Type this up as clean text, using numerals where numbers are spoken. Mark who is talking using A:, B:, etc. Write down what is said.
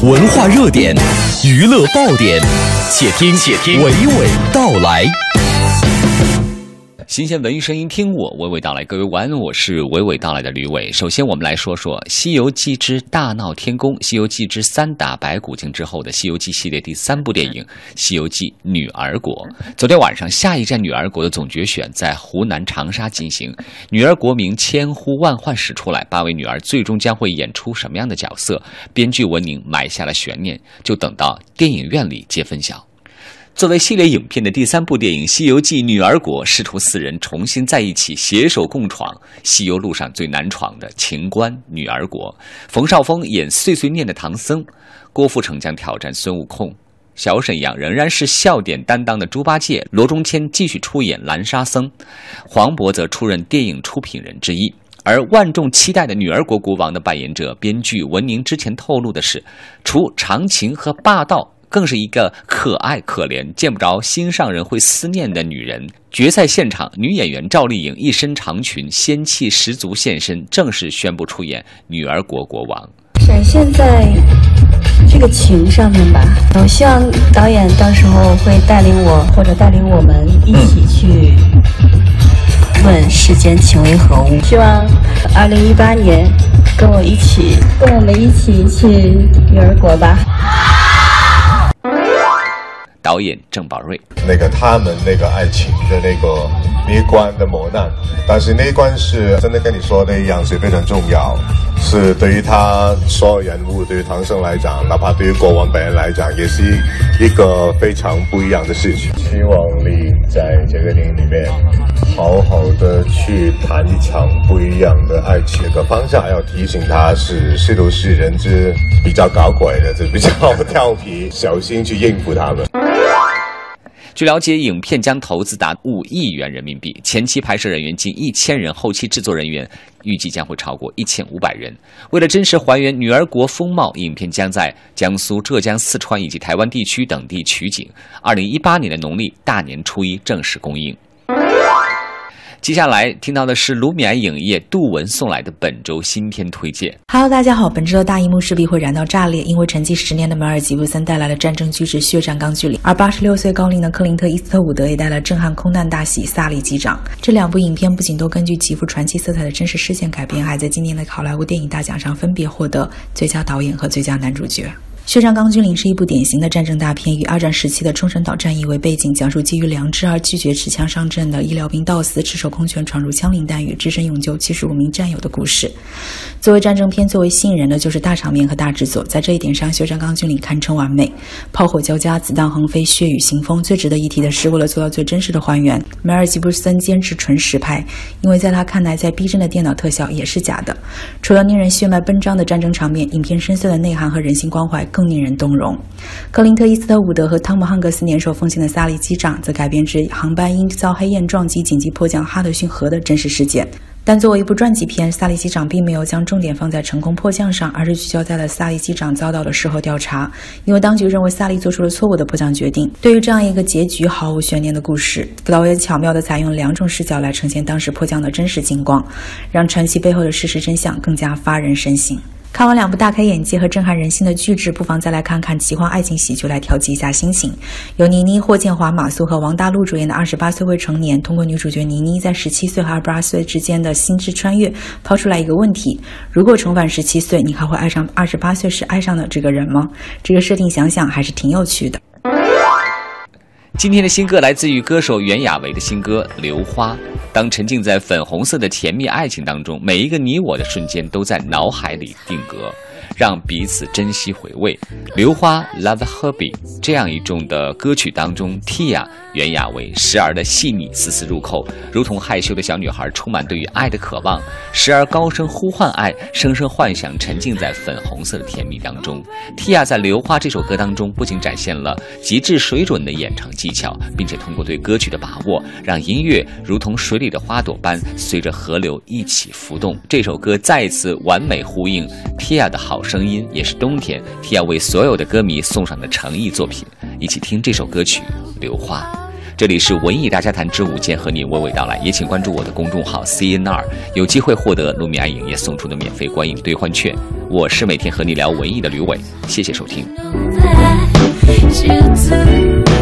A: 文化热点，娱乐爆点，且听娓娓道来。新鲜文艺声音，听我娓娓道来。各位晚安，我是娓娓道来的吕伟。首先，我们来说说《西游记之大闹天宫》，《西游记之三打白骨精》之后的《西游记》系列第3部电影《西游记女儿国》。昨天晚上，下一站女儿国的总决选在湖南长沙进行，女儿国名千呼万唤始出来，8位女儿最终将会演出什么样的角色？编剧文宁埋下了悬念，就等到电影院里揭分晓。作为系列影片的第3部电影《西游记女儿国》，师徒4人重新在一起携手共闯西游路上最难闯的情关女儿国。冯绍峰演碎碎念的唐僧，郭富城将挑战孙悟空，小沈阳仍然是笑点担当的猪八戒，罗中谦继续出演蓝沙僧，黄渤则出任电影出品人之一。而万众期待的女儿国国王的扮演者，编剧文宁之前透露的是，除长情和霸道，更是一个可爱可怜、见不着心上人会思念的女人。决赛现场，女演员赵丽颖一身长裙，仙气十足现身，正式宣布出演女儿国国王。
B: 展现在这个情上面吧，我希望导演到时候会带领我，或者带领我们一起去问世间情为何物。希望2018年跟我们一起去女儿国吧。
A: 导演郑宝瑞，
C: 他们爱情的那一关的磨难，但是那一关是真的跟你说的一样，是非常重要，是对于他所有人物，对于唐僧来讲，哪怕对于国王本人来讲，也是一个非常不一样的事情。希望你在这个电影里面好好的去谈一场不一样的爱情的方向，要提醒他是师徒4人之比较搞鬼的，就比较调皮，小心去应付他们。
A: 据了解，影片将投资达5亿元人民币，前期拍摄人员近1000人，后期制作人员预计将会超过1500人。为了真实还原女儿国风貌，影片将在江苏、浙江、四川以及台湾地区等地取景。2018年的农历大年初1正式公映。接下来听到的是卢米埃影业杜文送来的本周新片推荐。
D: Hello， 大家好，本周的大荧幕势必会燃到炸裂，因为沉寂10年的梅尔吉布森带来了战争巨制《血战钢锯岭》，而86岁高龄的克林特·伊斯特伍德也带来了震撼空难大戏《萨利机长》。这2部影片不仅都根据极富传奇色彩的真实事件改编，还在今年的好莱坞电影大奖上分别获得最佳导演和最佳男主角。《血战钢锯岭》是一部典型的战争大片，以2战时期的冲绳岛战役为背景，讲述基于良知而拒绝持枪上阵的医疗兵道斯赤手空拳闯入枪林弹雨，只身勇救75名战友的故事。作为战争片，最为吸引人的就是大场面和大制作，在这一点上，《血战钢锯岭》堪称完美。炮火交加，子弹横飞，血雨腥风。最值得一提的是，为了做到最真实的还原，梅尔吉布森坚持纯实拍，因为在他看来，再逼真的电脑特效也是假的。除了令人血脉奔张的战争场面，影片深邃的内涵和人性关怀更令人动容。克林特·伊斯特伍德和汤姆·汉克斯年寿奉献的《萨利机长》则改编自航班因遭黑焰撞击紧急迫降哈德逊河的真实事件。但作为一部传记片，《萨利机长》并没有将重点放在成功迫降上，而是聚焦在了萨利机长遭到了事后调查，因为当局认为萨利做出了错误的迫降决定。对于这样一个结局毫无悬念的故事，导演巧妙地采用2种视角来呈现当时迫降的真实情况，让传奇背后的事实真相更加发人深省。看完2部大开眼界和震撼人心的巨制，不妨再来看看奇幻爱情喜剧来调剂一下心情。由倪妮、霍建华、马谡和王大陆主演的28岁未成年，通过女主角倪妮在17岁和28岁之间的心智穿越，抛出来一个问题：如果重返17岁，你还会爱上28岁时爱上的这个人吗？这个设定想想还是挺有趣的。
A: 今天的新歌来自于歌手袁娅维的新歌《流花》。当沉浸在粉红色的甜蜜爱情当中，每一个你我的瞬间都在脑海里定格，让彼此珍惜回味。流花 Love Herbie 这样一种的歌曲当中， Tia 袁娅维时而的细腻丝丝入扣，如同害羞的小女孩充满对于爱的渴望，时而高声呼唤爱，声声幻想，沉浸在粉红色的甜蜜当中。 Tia 在《流花》这首歌当中不仅展现了极致水准的演唱技巧，并且通过对歌曲的把握，让音乐如同水里的花朵般随着河流一起浮动。这首歌再一次完美呼应 Tia 的好声音，也是冬天 Tia 为所有的歌迷送上的诚意作品。一起听这首歌曲《流花》。 这里是文艺大家谈之午间，和你娓娓道来，也请关注我的公众号 CNR， 有机会获得卢米埃影业送出的免费观影兑换券。我是每天和你聊文艺的吕伟，谢谢收听。